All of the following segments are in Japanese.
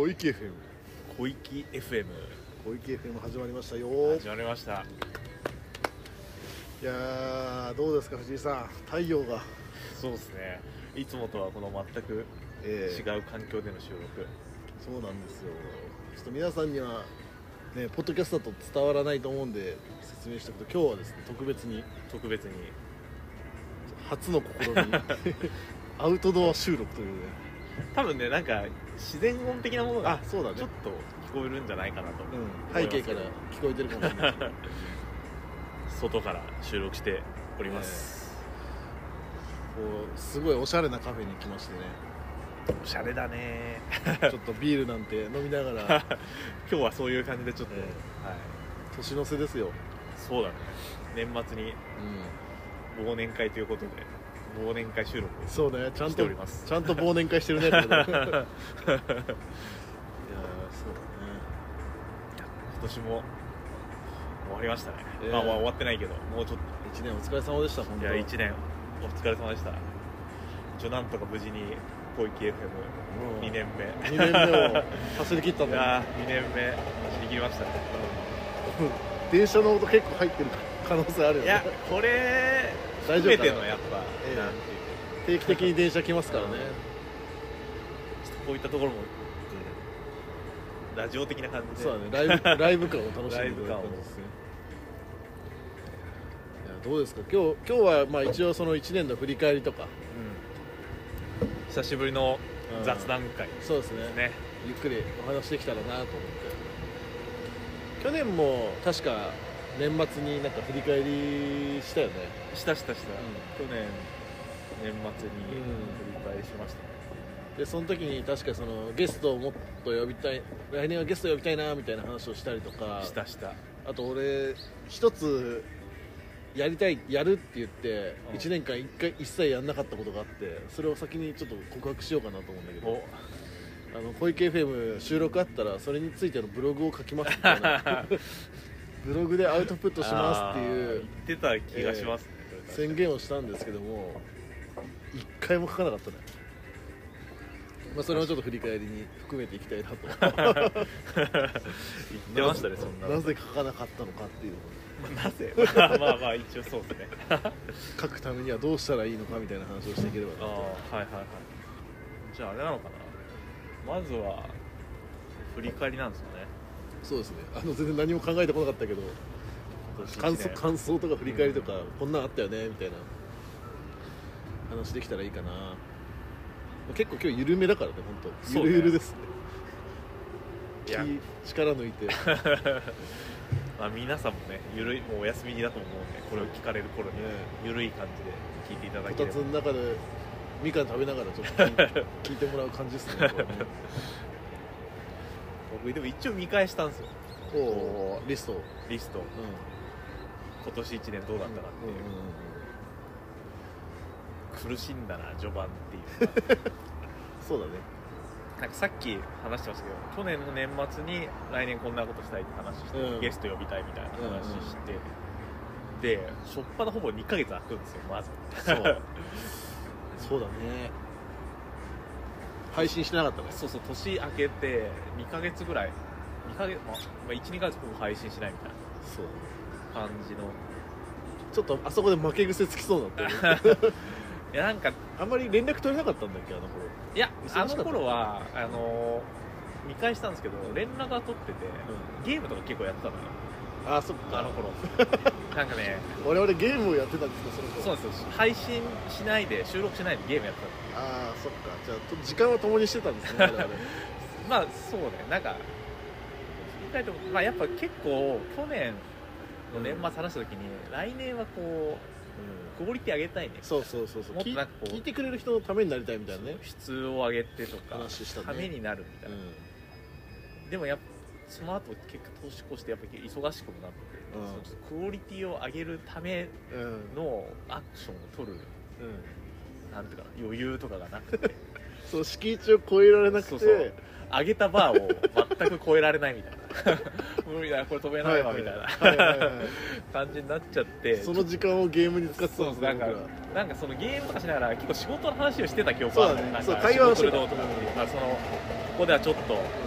小池 FM 小池 FM 始まりましたよ。 始まりました。 いやー、どうですか藤井さん、太陽が。 そうですね、いつもとはこの全く違う環境での収録、 そうなんですよ。ちょっと皆さんにはね、ポッドキャストだと伝わらないと思うんで説明しておくと、今日はですね、特別に初の試みアウトドア収録というね、 多分ね、なんか自然音的なものがそうだね、 ちょっと聞こえるんじゃないかなと、 背景から聞こえてるかもしれない外から収録しております、 こうすごいおしゃれなカフェに来ましてね。 おしゃれだねちょっとビールなんて飲みながら今日はそういう感じでちょっと、はい、 年の瀬ですよ。 そうだね、年末に忘年会ということで忘年会収録そうね、ちゃんとしております。 ちゃんと忘年会してるねいやー、そうだね。 今年も終わりましたね、まあ終わってないけど、もうちょっと 1年お疲れ様でした。本当。 いや、1年お疲れ様でした。一応なんとか無事に小池 FM2 年目を走り切ったんだ。 いや2年目走り切りましたね、 電車の音結構入ってる可能性あるよね。 いや、これ含めてのやっぱ、なんていう定期的に電車来ますからね、 こういったところも、ラジオ的な感じで、 そうだね、ライブ感を楽しんでいただいたんですね。いや、どうですか、今日はまあ一応その1年の振り返りとか、 久しぶりの雑談会、 そうですね、ゆっくりお話できたらなと思って。去年も確か年末になんか振り返りしたよね。 した、去年年末に振り返りしましたね。 でその時に確かそのゲストをもっと呼びたい、来年はゲスト呼びたいなみたいな話をしたりとかしたあと俺一つやるって言って1年間一切やんなかったことがあって、それを先にちょっと告白しようかなと思うんだけど、小池 FM 収録あったらそれについてのブログを書きますみたいなブログでアウトプットしますっていう言ってた気がしますね、 宣言をしたんですけども、一回も書かなかったね。まあ、それをちょっと振り返りに含めていきたいなと言ってましたね、そんななぜ書かなかったのかっていうなぜまあ一応そうですね書くためにはどうしたらいいのかみたいな話をしていければなと。 はい、じゃああれなのかな、まずは振り返りなんですよね。 そうですね、全然何も考えてこなかったけど、感想とか振り返りとか、こんなんあったよねみたいな話できたらいいかな。結構今日緩めだからね、本当、ゆるゆるですね。力抜いてまあ皆さんもね、もうお休みだと思うんで、これを聞かれる頃にゆるい感じで聞いていただければ、 こたつの中でみかん食べながらちょっと聞いてもらう感じですね僕でも一応見返したんですよ、 リスト、 今年1年どうだったかっていう、苦しんだな序盤っていうかそうだね、 なんかさっき話してましたけど、去年の年末に来年こんなことしたいって話して、ゲスト呼びたいみたいな話して、で初っ端ほぼ2ヶ月空くんですよ、まずそうだね、配信しなかったね。 そう、年明けて2ヶ月ぐらい、1、2ヶ月ほぼ配信しないみたいな感じの、 ちょっとあそこで負け癖つきそうだったよねいや、なんかあんまり連絡取れなかったんだっけ、あの頃。 いや、あの頃は見返したんですけど、連絡が取ってて、ゲームとか結構やってたのよ。 あ、そっか、 あの頃なんかね、 我々ゲームをやってたんですか、それそうなんですよ、配信しないで、収録しないでゲームやってたの。 ああ、そっか、じゃあ時間は共にしてたんですね我々 まあそうね、なんか振り返っても、まあやっぱ結構去年の年末話した時に、来年はこうクオリティ上げたいね、 そうもっとなんかこう聞いてくれる人のためになりたいみたいなね、 質を上げてとか話したね、 ためになるみたいな、でもやっぱその後結果投資越してやっぱり忙しくもなって、そのクオリティを上げるためのアクションを取る、なんていうかな、余裕とかがなくてそう、敷地を超えられなくて、 上げたバーを全く超えられないみたいな無理だよ、これ飛べないわみたいな感じになっちゃって、 その時間をゲームに使ってたんですね。 なんかそのゲームとかしながら結構仕事の話をしてた記憶がある。 そうだね、そう、会話をしてた。 そのここではちょっと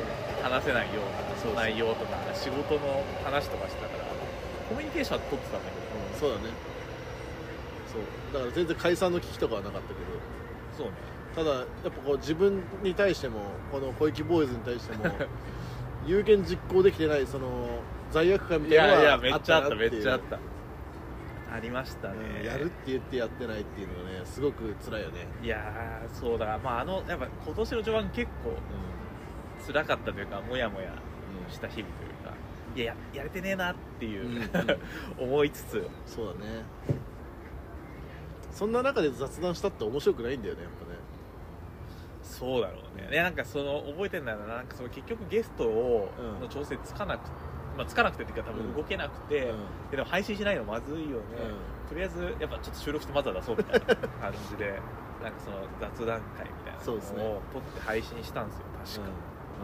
話せないような内容とか仕事の話とかしてたからコミュニケーションは取ってたんだけど、 そうだね。そうだから全然解散の危機とかはなかったけど、 そうね、 ただやっぱこう自分に対してもこの小池ボーイズに対しても有言実行できてないその罪悪感みたいなのはやめっちゃあったなていうめっちゃあったありましたね、 やるって言ってやってないっていうのがねすごく辛いよね。 いやーそうだ、まあやっぱ今年の序盤結構辛かったというかモヤモヤした日々というか、いやれてねえなっていう、思いつつ、 そうだね。そんな中で雑談したって面白くないんだよねやっぱね。 そうだろうね。いやなんかその覚えてんだよな、なんかその結局ゲストを、の調整つかなくて、つかなくてっていうか多分動けなくて、でも配信しないのまずいよね、とりあえずやっぱちょっと収録してまずは出そうみたいな感じでなんかその雑談会みたいなのを撮って配信したんですよ確か、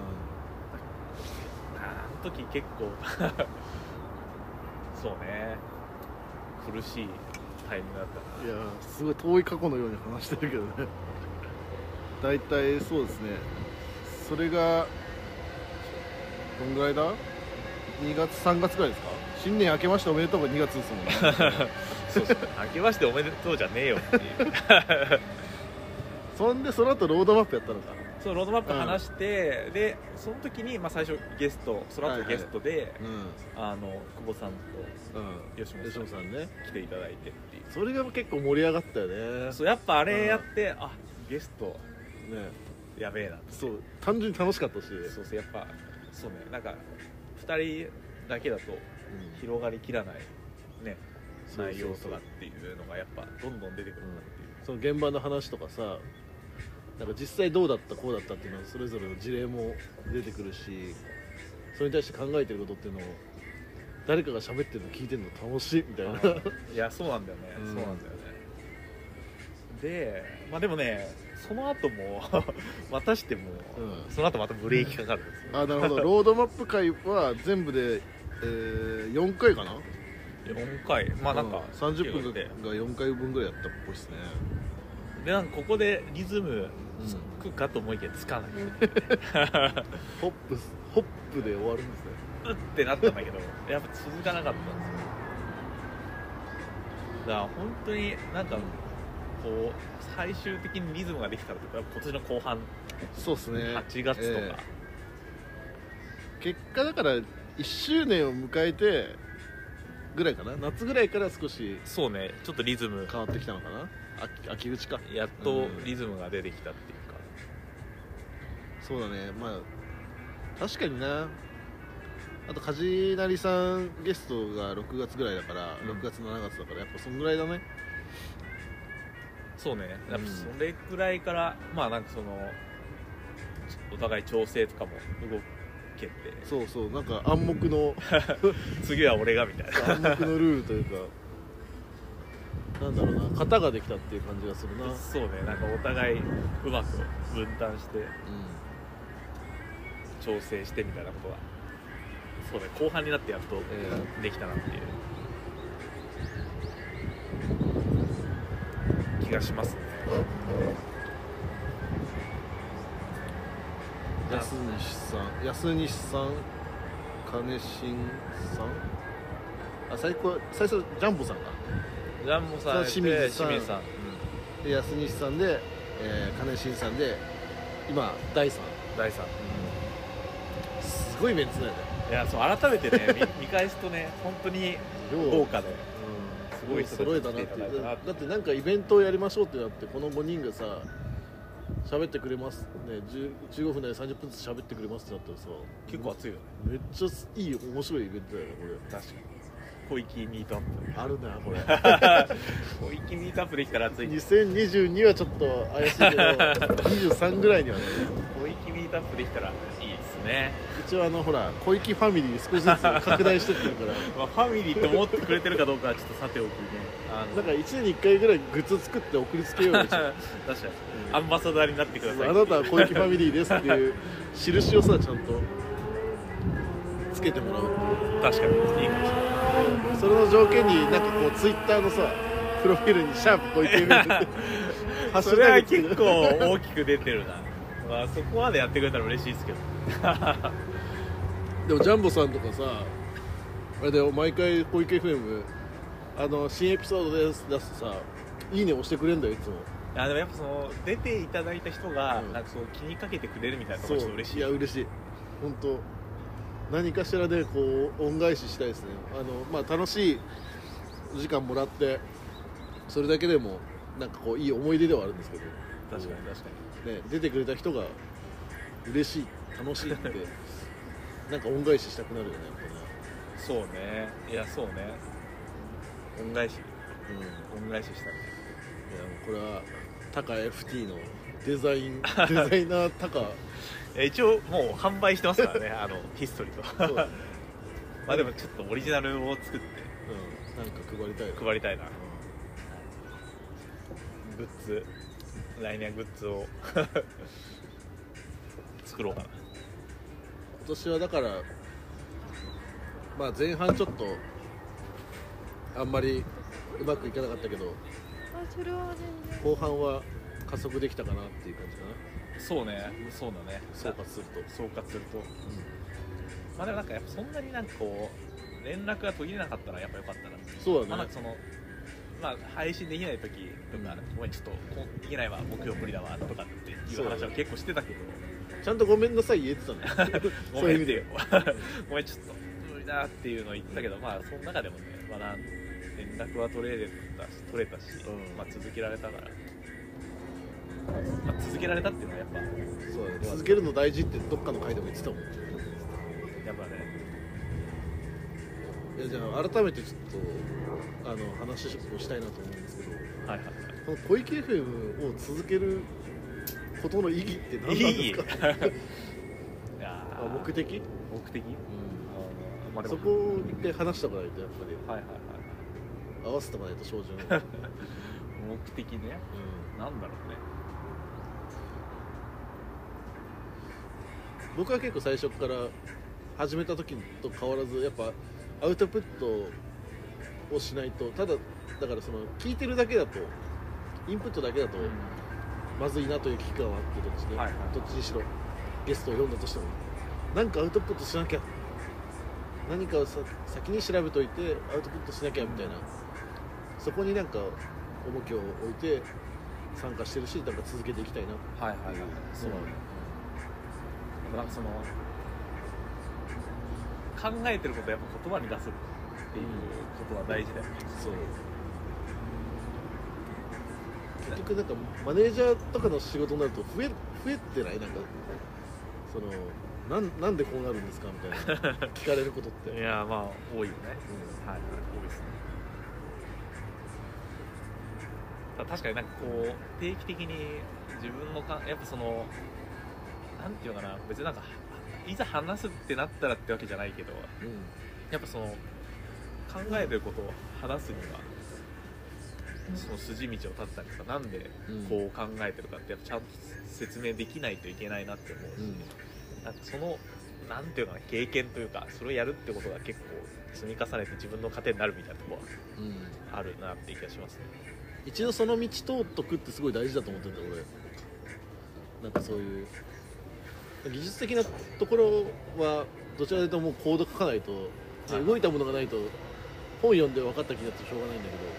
あの時結構そうね苦しいタイミングだったな。 いやすごい遠い過去のように話してるけどねだいたいそうですね。それがどんぐらいだ2月3月ぐらいですか。新年明けましておめでとうが2月ですもんねそう明けましておめでとうじゃねえよっていうそんでその後ロードマップやったのか。 そうロードマップ話して、でその時に、最初ゲストその後ゲストで、久保さんと吉本さんね来ていただいてっていう、 それが結構盛り上がったよね。 そうやっぱあれやって、ゲストねやべえなって。 そう単純に楽しかったし、 そうやっぱそうね、なんか2人だけだと広がりきらないね、内容とかっていうのがやっぱどんどん出てくるなっていう、 その現場の話とかさ、なんか実際どうだったこうだったっていうのはそれぞれの事例も出てくるし、それに対して考えてることっていうのを誰かが喋ってるの聞いてるの楽しいみたいな。 いやそうなんだよね、そうなんだよね。ででもねその後もまたしても、その後またブレーキかかるんですよ。 なるほど。ロードマップ会は全部で、4回かな。 4回なんか、 30分が4回分ぐらいやったっぽいですね。 でなんかここでリズムつくかと思いきやつかないホップで終わるんですね。 ってなったんだけどやっぱ続かなかったんですよ。だから本当になんかこう最終的にリズムができたらとか今年の後半、 そうですね、 8月とか、 結果だから1周年を迎えてぐらいかな、夏ぐらいから少しそうねちょっとリズム変わってきたのかな。秋口か、 やっとリズムが出てきたっていうか、 そうだね。確かにな。あと梶成さんゲストが6月ぐらいだから、6月7月だからやっぱそんぐらいだね。 そうね、やっぱそれくらいから、なんかそのお互い調整とかも動けて、 そうなんか暗黙の次は俺がみたいな暗黙のルールというかなんだろうな、型ができたっていう感じがするな。 そうね、なんかお互いうまく分担して、調整してみたいなことはそうね、後半になってやっとできたなっていう気がしますね。安西さん、 金新さん、最初ジャンボさんか。 ジャンボさん、清水さん、 で安西さんで、金新さんで、今大さん、すごいメンツだよね。 いやそう改めてね見返すとね本当に豪華で、すごい人たち揃えたなっていう。だってなんかイベントをやりましょうってなってこの5人がさ喋ってくれますね、15分で30分ずつ喋ってくれますってなったらさ、 結構熱いよね。 めっちゃいい面白いイベントだよねこれ。 確かに小池ミートアップあるなこれ小池ミートアップできたら熱い。 2022はちょっと怪しいけど23ぐらいにはね小池ミートアップできたらいいですね。 一応ほら小池ファミリー少しずつ拡大してってるからファミリーって思ってくれてるかどうかはちょっとさておきね。 なんか1年に1回ぐらいグッズ作って送りつけようよ確かに、アンバサダーになってください。 あなたは小池ファミリーですっていう印をさちゃんとつけてもらうっていう。 確かにいいかもしれない。 それの条件になんかこうツイッターのさプロフィールにシャープ小池ファミリーってそれは結構大きく出てるなそこまでやってくれたら嬉しいですけどでもジャンボさんとかさあれで毎回小池 FM 新エピソードです出すとさいいね押してくれるんだよいつも。 でもやっぱその出ていただいた人が、なんかそう気にかけてくれるみたいなところが嬉しい。 いや嬉しい本当。何かしらでこう恩返ししたいですね。楽しい時間もらってそれだけでもなんかこういい思い出ではあるんですけど、 確かにね、出てくれた人が嬉しい楽しいってなんか恩返ししたくなるよねやっぱね。 そうね。いやそうね。恩返ししたね。 いやもうこれはタカ FT のデザイナータカ一応もう販売してますからねヒストリーとそうまあでもちょっとオリジナルを作って、 なんか配りたいな、 グッズ来年はグッズを作ろうかな。 今年はだから前半ちょっとあんまりうまくいかなかったけどそれは全然後半は加速できたかなっていう感じかな。 そうだね。 総括すると、 まあでもなんかやっぱそんなになんかこう連絡が途切れなかったらやっぱ良かったな。 そうだね。 なんかその配信できない時とか、ごめんちょっとできないわ木曜無理だわとかっていう話は結構してたけど、 ちゃんとごめんなさい言えてたねごめんってごめんちょっと無理だっていうのを言ったけど、その中でもね連絡は取れたし、続けられたから、続けられたっていうのはやっぱそうだね。続けるの大事ってどっかの回でも言ってたもん。 やっぱね。 いやじゃあ改めてちょっと話をしたいなと思うんですけど、この小池 FM を続けることの意義って何なんですか？目的、そこを一回話しておかないとやっぱり、合わせておかないと照準を目的ね、なんだろうね。 僕は結構最初から始めた時と変わらずやっぱアウトプットをしないと、だからその聞いてるだけだとインプットだけだとまずいなという危機感はあってどっちにしろゲストを呼んだとしてもなんかアウトプットしなきゃ、何かを先に調べといてアウトプットしなきゃみたいな、そこになんか重きを置いて参加してるし、だから続けていきたいな。 そうなんかその考えてることをやっぱ言葉に出すっていうことは大事だよね。 そう結局なんかマネージャーとかの仕事になると増えてない、なんかそのなんでこうなるんですかみたいな聞かれることっていや多いよね。多いですね。確かになんかこう定期的に自分のやっぱそのなんていうのかな、別になんかいざ話すってなったらってわけじゃないけど、やっぱその考えてることを話すにはその筋道を立ったりとか、なんでこう考えてるかってやっぱちゃんと説明できないといけないなって思うし、なんかそのなんていうのかな、経験というかそれをやるってことが結構積み重ねて自分の糧になるみたいなところはあるなっていう気がしますね。 一度その道通っとくってすごい大事だと思ってて、俺なんかそういう技術的なところはどちらかというともうコード書かないと、動いたものがないと本読んで分かった気になってしょうがないんだけど、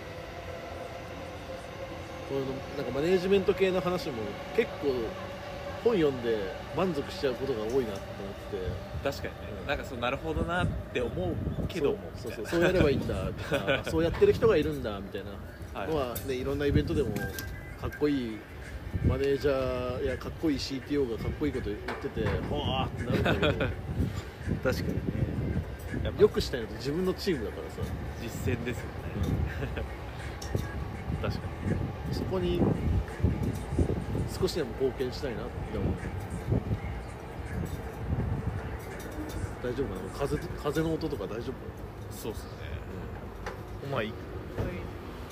このなんかマネージメント系の話も結構本読んで満足しちゃうことが多いなって思って。 確かにね、なんかそうなるほどなって思うけども、 そうやればいいんだとかそうやってる人がいるんだみたいなのは、ね、いろんなイベントでもかっこいいマネージャーやかっこいい CTO がかっこいいこと言っててわーってなるんだけど確かにね、 よくしたいのと自分のチームだからさ、 実践ですよね、確かにそこに少しでも貢献したいなって思う。大丈夫かな、風の音とか大丈夫かな。 そうっすね、まあ一回見る。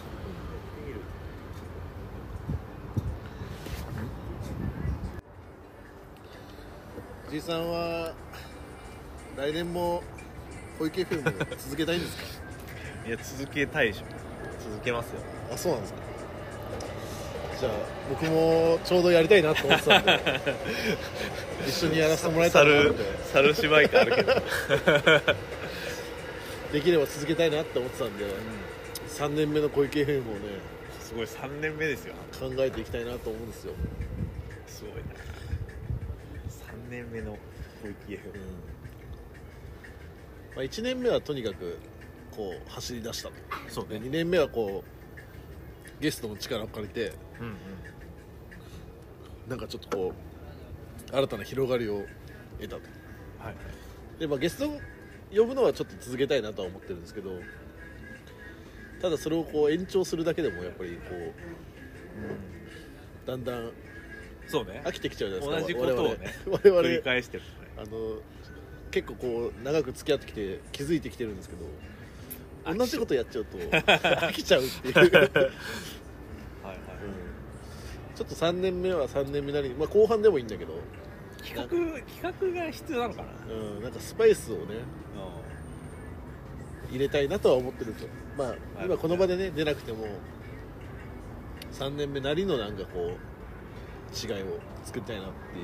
じいさんは来年も小池 FM 続けたいんですか？ いや続けたいでしょ。続けますよ。 あ、そうなんですか。 じゃあ僕もちょうどやりたいなと思ってたんで一緒にやらせてもらえたらなって猿芝居感あるけどできれば続けたいなって思ってたんで、3年目の小池 FM をねすごい3年目ですよ。 考えていきたいなと思うんですよ。 すごいな。3年目の小池 FM、 まあ、1年目はとにかくこう走り出したと。 そうね。 2年目はこうゲストの力を借りて、なんかちょっとこう新たな広がりを得たと。 はい。 で、まあ、ゲスト呼ぶのはちょっと続けたいなとは思ってるんですけど、ただそれをこう延長するだけでもやっぱりこう、だんだんそうね。 飽きてきちゃうじゃないですか。 同じことをね我々 繰り返してる、ね、 結構こう長く付き合ってきて気づいてきてるんですけど、同じことやっちゃうと飽きちゃうっていうはい、はい、ちょっと3年目は3年目なりに、まあ、後半でもいいんだけど企画が必要なのかな。 なんかスパイスをね入れたいなとは思ってると。まあ今この場でね出なくても3年目なりのなんかこう違いを作りたいなっていう。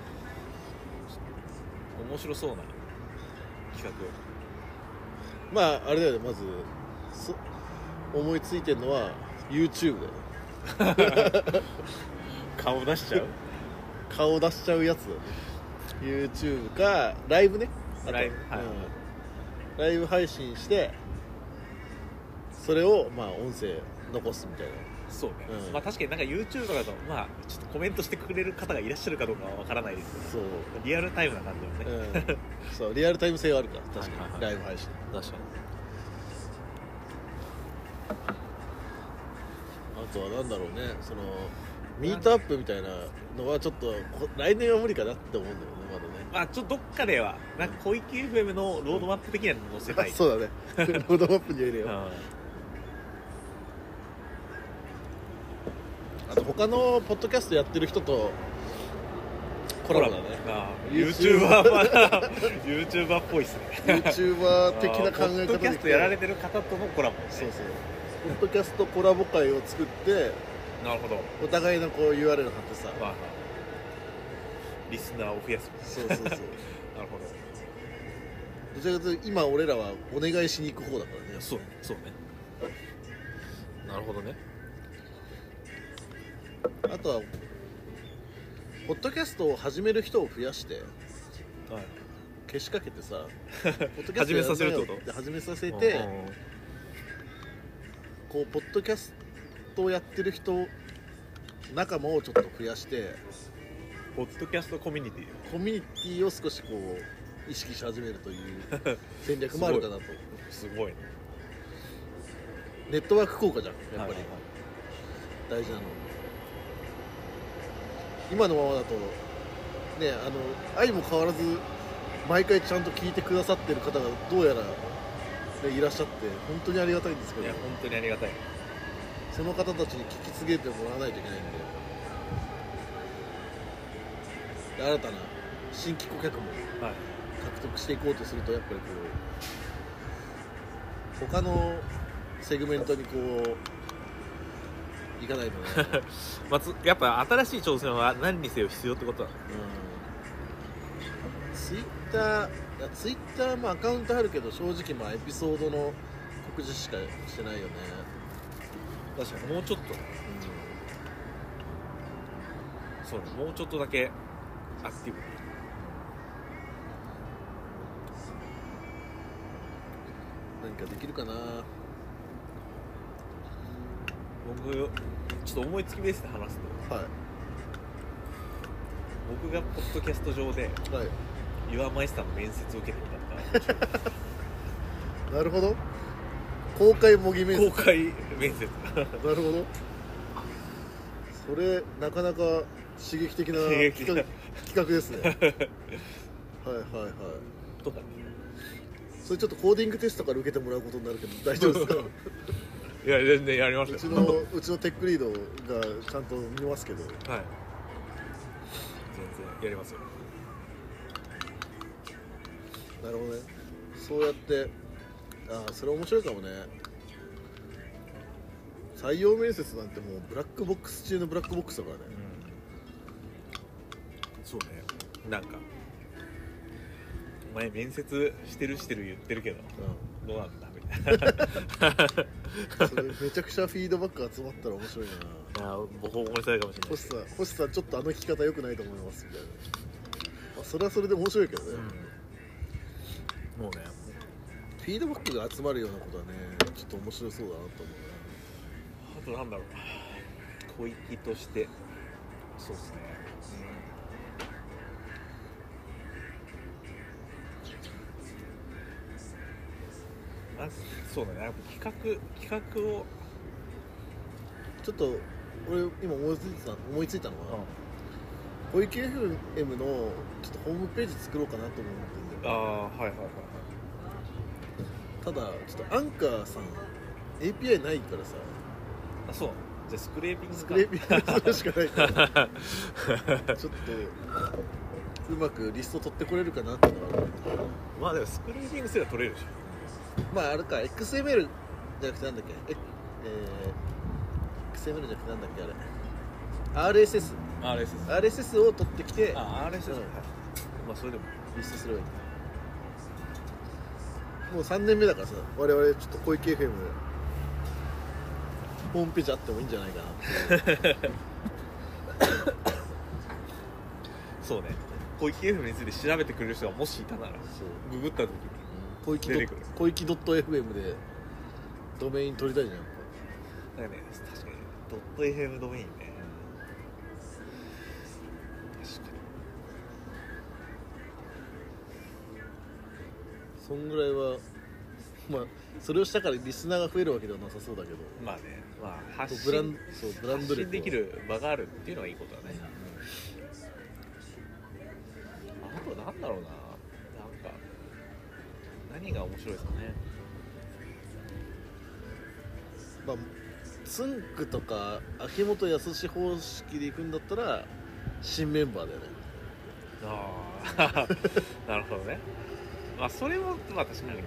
面白そうな企画。まああれだよね、まず思いついてるのは YouTube だよね顔出しちゃう顔出しちゃうやつだね。 YouTube かライブね。 ライブ、はい、 ライブ配信してそれをまあ音声残すみたいな。 そうね、まあ確かになんか YouTube とかだとまあちょっとコメントしてくれる方がいらっしゃるかどうかはわからないですけど、そうリアルタイムな感じだよね、 そうリアルタイム性があるから確かに、ライブ配信確かに。 あとはなんだろうね、そのミートアップみたいなのはちょっと来年は無理かなって思うんだよね、まだね。 まあちょっとどっかではなんか小池 FM のロードマップ的には載せたいそうだねロードマップに入れようあと他のポッドキャストやってる人とコラボだね。 YouTuber っぽいっすね YouTuber 的な考え方で。ポッドキャストやられてる方とのコラボ、ね、 そうポッドキャストコラボ会を作って、 なるほど、 お互いのこう URL 貼ってさ、 リスナーを増やす。 そうなるほど。どちらかというと今俺らはお願いしに行く方だからね。 そうね。なるほどね。 あとはポッドキャストを始める人を増やして、けしかけてさポッドキャスト始めさせるってこと？ 始めさせて、こうポッドキャストをやってる人仲間をちょっと増やして、 ポッドキャストコミュニティを少しこう意識し始めるという戦略もあるかなとすごいね。 ネットワーク効果じゃんやっぱり、大事なの。今のままだとね、愛も変わらず毎回ちゃんと聞いてくださってる方がどうやら、ね、いらっしゃって本当にありがたいんですけど、 いや本当にありがたい。 その方たちに聞き継げてもらわないといけないんで、新たな新規顧客も獲得していこうとすると、やっぱりこう他のセグメントにこういかないとねまあ、やっぱ新しい挑戦は何にせよ必要ってことだ。 ツイッターもアカウントあるけど、正直まあエピソードの告示しかしてないよね。 確かにもうちょっと、そうね、もうちょっとだけアクティブ。 何かできるかな。 僕ちょっと思いつきベースで話すと、僕がポッドキャスト上で、岩マイスターの面接を受けてみたんだなるほど。公開模擬面接。 公開面接なるほど。それなかなか刺激的な企画ですねはいとかね。 それちょっとコーディングテストから受けてもらうことになるけど大丈夫ですかいや全然やりますよ。 うちのテックリードがちゃんと見ますけど、 全然やりますよ。 なるほどね。そうやってそれ面白いかもね。 採用面接なんてもうブラックボックス中のブラックボックスだからね、 そうね。なんかお前面接してる言ってるけど、どうなんだみたいなそれめちゃくちゃフィードバック集まったら面白いな。 いやボコボコにされるかもしれない。 星さんちょっとあの聞き方良くないと思いますみたいな。それはそれで面白いけどね、 もうねフィードバックが集まるようなことはねちょっと面白そうだなと思うな。 あとなんだろう、小粋としてそうですね、そうだね、やっぱ企画をちょっと俺今思いついたのは、小池 FM のちょっとホームページ作ろうかなと思ってんだよ。 はい。 ただちょっとアンカーさん API ないからさ。 そうじゃあスクレーピングするしかないからちょっとうまくリスト取ってこれるかなってのはある。 まあでもスクレーピングすれば取れるでしょ。 まああれか XML じゃなくてなんだっけ、XML じゃなくてなんだっけあれ RSS を取ってきて、 RSS、まあそれでもリストすればいい。もう3年目だからさ、我々ちょっと小池 FM ホームページあってもいいんじゃないかなっていうそうね、小池 FM について調べてくれる人がもしいたなら、ググった時に小池 .fm でドメイン取りたいじゃん。 だからね、確かにドット .fm ドメインね、確かにそんぐらいはまあそれをしたからリスナーが増えるわけではなさそうだけど、 まあね、まあ発信ブランド力できる場があるっていうのはいいことだね、あとなんだろうな、なんか何が面白いですかね。 まあつんくとか秋元康方式で行くんだったら新メンバーだよね。 あなるほどね。まあそれもまあ確かに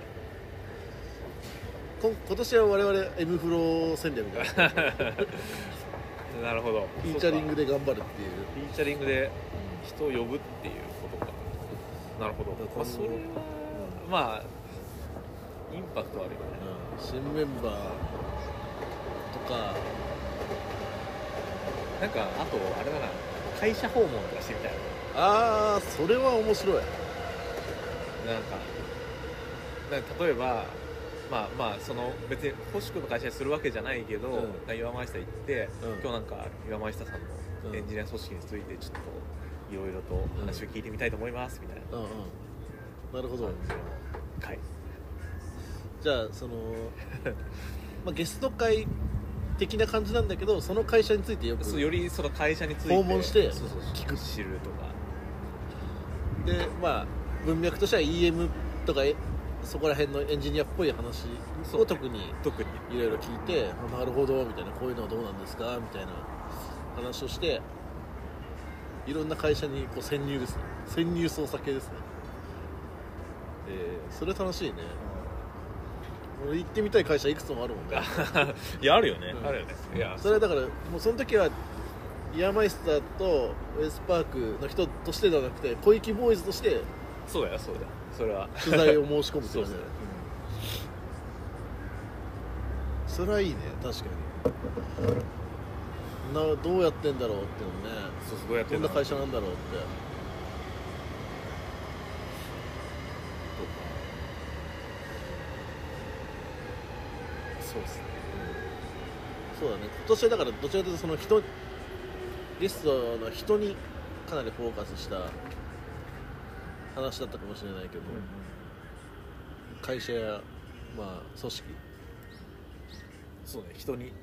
今年は我々 M フロ戦略みたいななるほど、 フィーチャリングで頑張るっていう。 フィーチャリングで人を呼ぶっていうことか。なるほど。まあそれは、まあインパクトあるよね。 新メンバーとかなんかあとあれだな、会社訪問とかしてみたいな。 それは面白い。 なんか例えばまあその別に星子の会社にするわけじゃないけど、岩前下行って、今日なんか岩前下さんのエンジニア組織についてちょっといろいろと話を聞いてみたいと思いますみたいな、 なるほど。 会じゃあそのまあゲスト会的な感じなんだけど、その会社についてよりその会社について訪問して聞く、知るとかで、まあ文脈としては EM とかそこら辺のエンジニアっぽい話を特にいろいろ聞いて、なるほどみたいな、こういうのはどうなんですかみたいな話をして、いろんな会社にこう潜入ですね。潜入捜査系ですね。それ楽しいね。俺行ってみたい会社いくつもあるもんねいやあるよね、あるよね。いやそれはだからもうその時はイヤーマイスターとウエスパークの人としてではなくて、小池ボーイズとしてそうだよそれは取材を申し込むっていうねそれはいいね。確かにどうやってんだろうっていうのね。 どうやってどんな会社なんだろうってそうですね、 そうだね。今年はだからどちらかというとそのゲストの人にかなりフォーカスした話だったかもしれないけど、会社や、まあ、組織、 そうね、人に、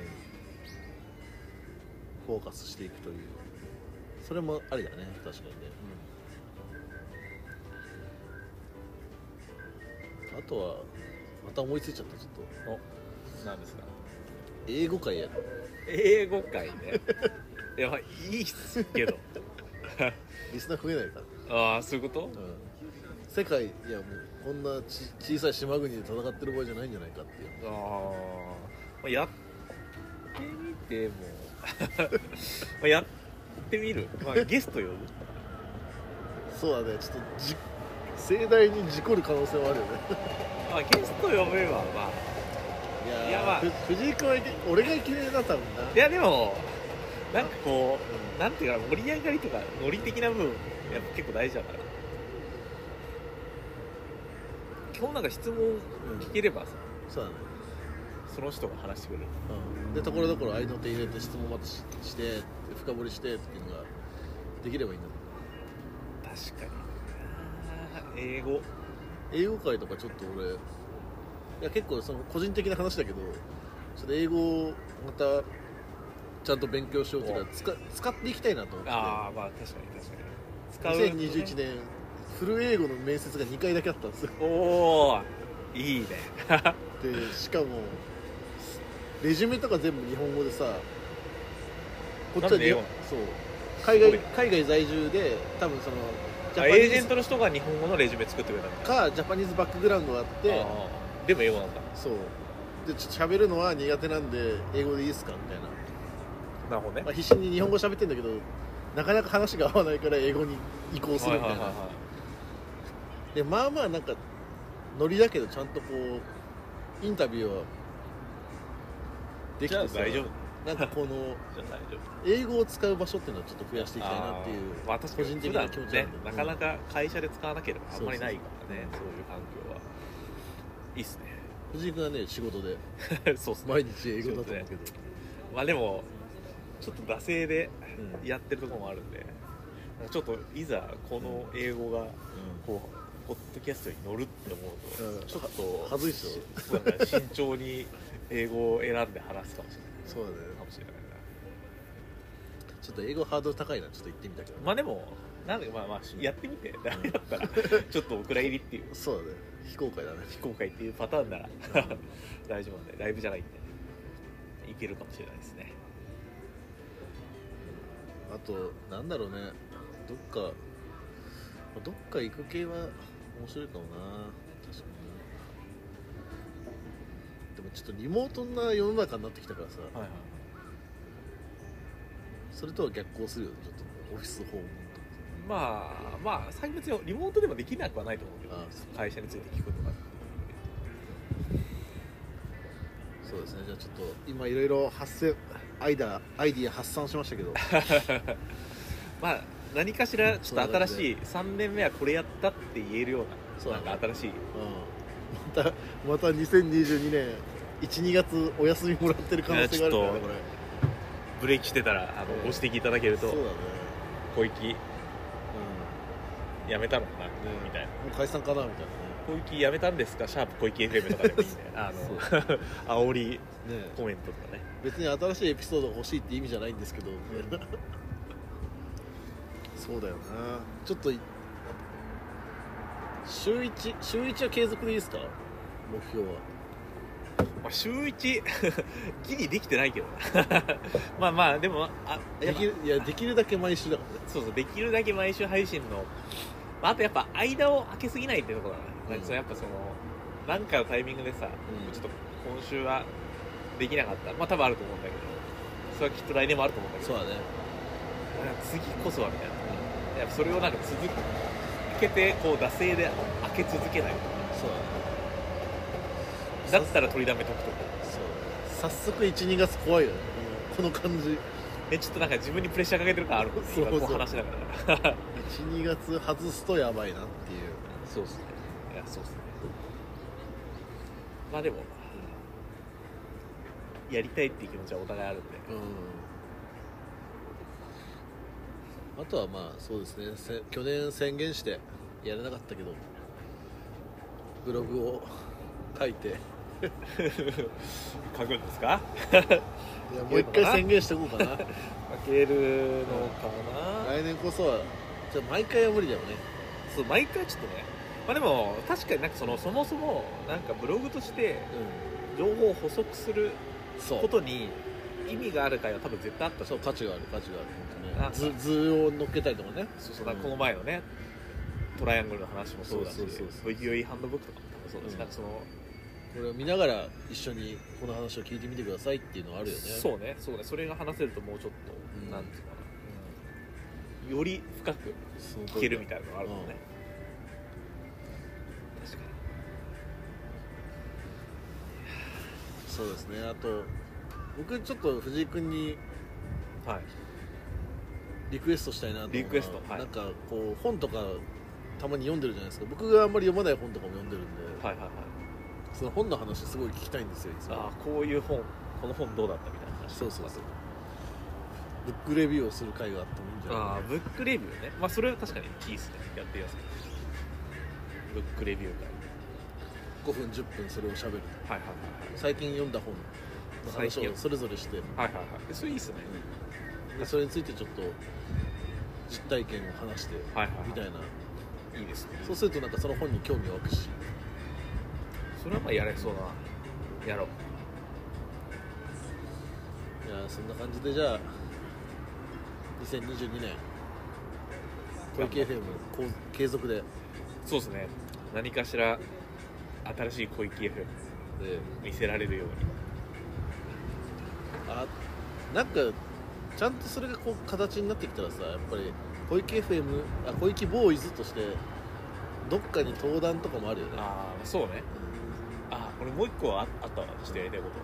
フォーカスしていくという、それもありだね。確かにね、あとはまた思いついちゃった。ちょっと何ですか。 英語会やる。 英語会ねいやいいっすけどリスナー増えないから。そういうこと、 世界、いやもうこんな小さい島国で戦ってる場合じゃないんじゃないかっていう。 てもまあやってみる、まあ、ゲスト呼ぶそうだね、ちょっと盛大に事故る可能性はあるよねまあゲスト呼べばまあいやまあ藤井君は俺がいけねえな多分な。 いやでもなんかこう、なんていうか盛り上がりとかノリ的な部分やっぱ結構大事だから、基本なんか質問聞ければさ、 そうだね、 その人が話してくれる、 でところどころ相の手入れて質問またして深掘りしてっていうのができればいいんだ確かに英語界とかちょっと俺いや結構その個人的な話だけどちょっと英語をまたちゃんと勉強しようというか使っていきたいなと思って。 ああまあ確かに 2021年フル英語の面接が2回だけあったんですよ。 おおいいねでしかもレジュメとか全部日本語でさ、こっちは英語そう海外在住で多分そのエージェントの人が日本語のレジュメ作ってくれたんだかジャパニーズバックグラウンドがあってでも英語なんだ。 そうでちょっと喋るのは苦手なんで英語でいいですかみたいな。 なるほどね、 まあ、必死に日本語喋ってんだけどなかなか話が合わないから英語に移行するみたいな、でまあまあなんかノリだけどちゃんとこうインタビューはできてさ、 大丈夫なんかこのじゃあ大丈夫英語を使う場所っていうのはちょっと増やしていきたいなっていうまあ、確かに個人的な気持ちなんで、 ね、なかなか会社で使わなければあんまりないからね、そういう環境はいいっすね。 藤井君はね仕事でそうっすね、 毎日英語だと思うけど、 まあでもちょっと惰性でやってるところもあるんで、ちょっといざこの英語がこう、ポッドキャストに乗るって思うと、ちょっと恥ずいっすよなんか慎重に英語を選んで話すかもしれない。 そうだね、 かもしれないな。 ちょっと英語ハードル高いな、ちょっと言ってみたけど、 まあでもなんでまあやってみてダメだったらちょっとお蔵入りっていうそうだね、非公開だね、 非公開っていうパターンなら大丈夫なんで、ライブじゃないんでいけるかもしれないですね。 あとなんだろうね、どっか行く系は面白いかもな。確かにでもちょっとリモートな世の中になってきたからさ、 はいはい、 それとは逆行するよね、ちょっとオフィス訪問とか。 まあ最近別にリモートでもできなくはないと思うけど、会社について聞くとか。 そうですね、じゃあちょっと今いろいろアイディア発散しましたけどまあ何かしらちょっと新しい3年目はこれやったって言えるような、なんか新しい、 また2022年 1,2 月お休みもらってる可能性があるからね、これブレーキしてたらご指摘いただけると、 そうだね、 小雪やめたのかな、みたいな、 もう解散かなみたいなね、 小雪やめたんですか、シャープ小雪 FM とかでもいいね煽りコメントとかね、 別に新しいエピソードが欲しいって意味じゃないんですけど、そうだよな。ちょっと週1は継続でいいですか、目標は。 まあ、週1ギリできてないけどまあでもできるだけ毎週だからね。 そうできるだけ毎週配信の、あとやっぱ間を空けすぎないっていうところだね、やっぱその何かのタイミングでさ、ちょっと今週はできなかった、まあ多分あると思うんだけど、それはきっと来年もあると思うんだけど、 そうだね、 次こそはみたいな、やっぱそれをなんか続けてこう惰性で開け続けない、 そうだね、 だったら取りだめとくとか、 そう早速 1,2 月怖いよね、この感じ。 ちょっとなんか自分にプレッシャーかけてる感あるもんね、今こう話しながら 1,2 月外すとやばいなっていう。 そうっすね、いやそうっすね、まあでも、やりたいっていう気持ちはお互いあるんで、 あとはまあそうですね、去年宣言してやれなかったけどブログを書いて書くんですかいやもう一回宣言しておこうかな書けるのかな、 来年こそは。じゃあ毎回は無理だよね。 そう毎回ちょっとね、まあでも確かになんかそもそもなんかブログとして情報を補足することに意味がある回は多分絶対あったし、 そう価値がある本当ね、図を乗っけたりとかね。 そうこの前のねトライアングルの話もそうだし、VQA ハンドブックとかも多分そうだし、なんかそのこれを見ながら一緒にこの話を聞いてみてくださいっていうのはあるよね。 そうね、そうね、それが話せるともうちょっと、なんていうかな、より深く聞けるみたいなのがあるもんね。確かに。 そうですね。あと僕ちょっと藤井君にリクエストしたいなと思うのは、 リクエスト、はい、 なんかこう本とかたまに読んでるじゃないですか。僕があんまり読まない本とかも読んでるんで、 はいはいはい、 その本の話すごい聞きたいんですよ。いつもこういう本、この本どうだったみたいな話。 そうそうそう。ブックレビューをする会があってもいいんじゃないかな。 ブックレビューね。まあそれは確かにいいですね。やってみます。ブックレビュー会5分10分それを喋る。 はいはいはい、 最近読んだ本の話をそれぞれして、 はいはいはい、それいいっすね。 でそれについてちょっと実体験を話してみたいな、 いいですね。 そうするとなんかその本に興味湧くし、 それはまあやれそうな、やろう。 いやそんな感じで、じゃあ2022年小池 FM 継続で、 そうですね、何かしら新しい小池 FM で見せられるように。 なんかちゃんとそれがこう形になってきたらさ、やっぱり小池 FM、小池ボーイズとしてどっかに登壇とかもあるよね。 そうね。俺もう一個あったわ、ちょっとやりたいこと。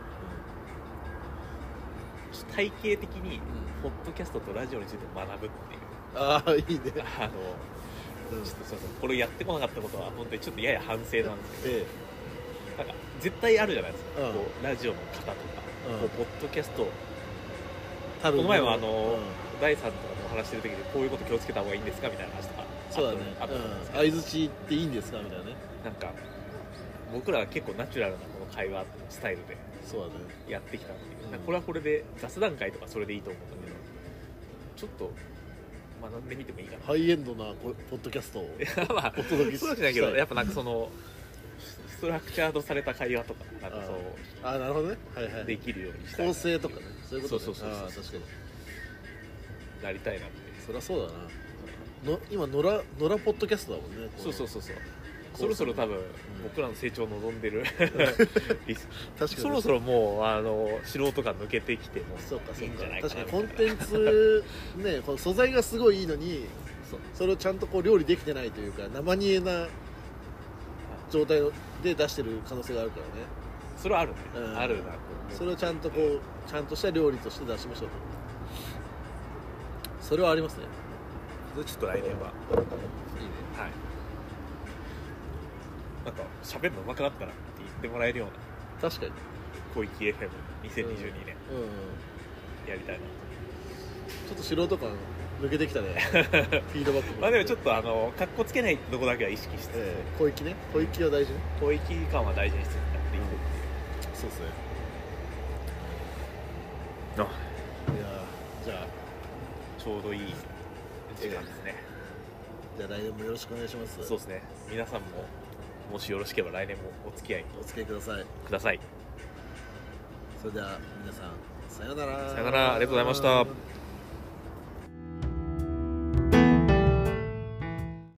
体系的にポッドキャストとラジオについて学ぶっていう。 いいね。 ちょっとそうこれやってこなかったことは本当にちょっとやや反省なんですけど、なんか絶対あるじゃないですか、こうラジオの方とか、こうポッドキャスト、この前は第3とかも話してる時にこういうこと気をつけた方がいいんですかみたいな話とか、 そうだね、相づちっていいんですかみたいなね。なんか僕らは結構ナチュラルなこの会話スタイルでやってきたっていう、これはこれで雑談会とかそれでいいと思うんだけど、ちょっと学んでみてもいいかな。 ハイエンドなポッドキャストをお届けそうじゃないけど、やっぱなんかそのストラクチャードされた会話とか、なんかそうなるほどね、はいはい、 できるようにしたい構成とかね、そういうことね。 そう確かになりたいなって。 そりゃそうだな。今野良ポッドキャストだもんね。 そうそろそろ多分、僕らの成長を望んでる確かにそろそろもう素人が抜けてきてもいいんじゃないかな。 確かにコンテンツね、この素材がすごいいいのに、それをちゃんとこう料理できてないというか、生煮えな状態で出してる可能性があるからね。 それはあるね、あるな。 それをちゃんとこうちゃんとした料理として出しましょうと。それはありますね。 それちょっと来年はいいね。はい、なんか喋るの上手くなったらって言ってもらえるような、 確かに小池 FM2022 年やりたいな。 ちょっと素人感抜けてきたねフィードバックもまあでもちょっとかっこつけないってとこだけは意識して、 小池ね、小池は大事ね。 小池感は大事にしてやっていくっていう、 そうですね。いやじゃあちょうどいい時間ですね。 じゃあ来年もよろしくお願いします。 そうですね、皆さんももしよろしければ来年もお付き合いください。 それでは皆さんさようなら。 さようなら、ありがとうございました。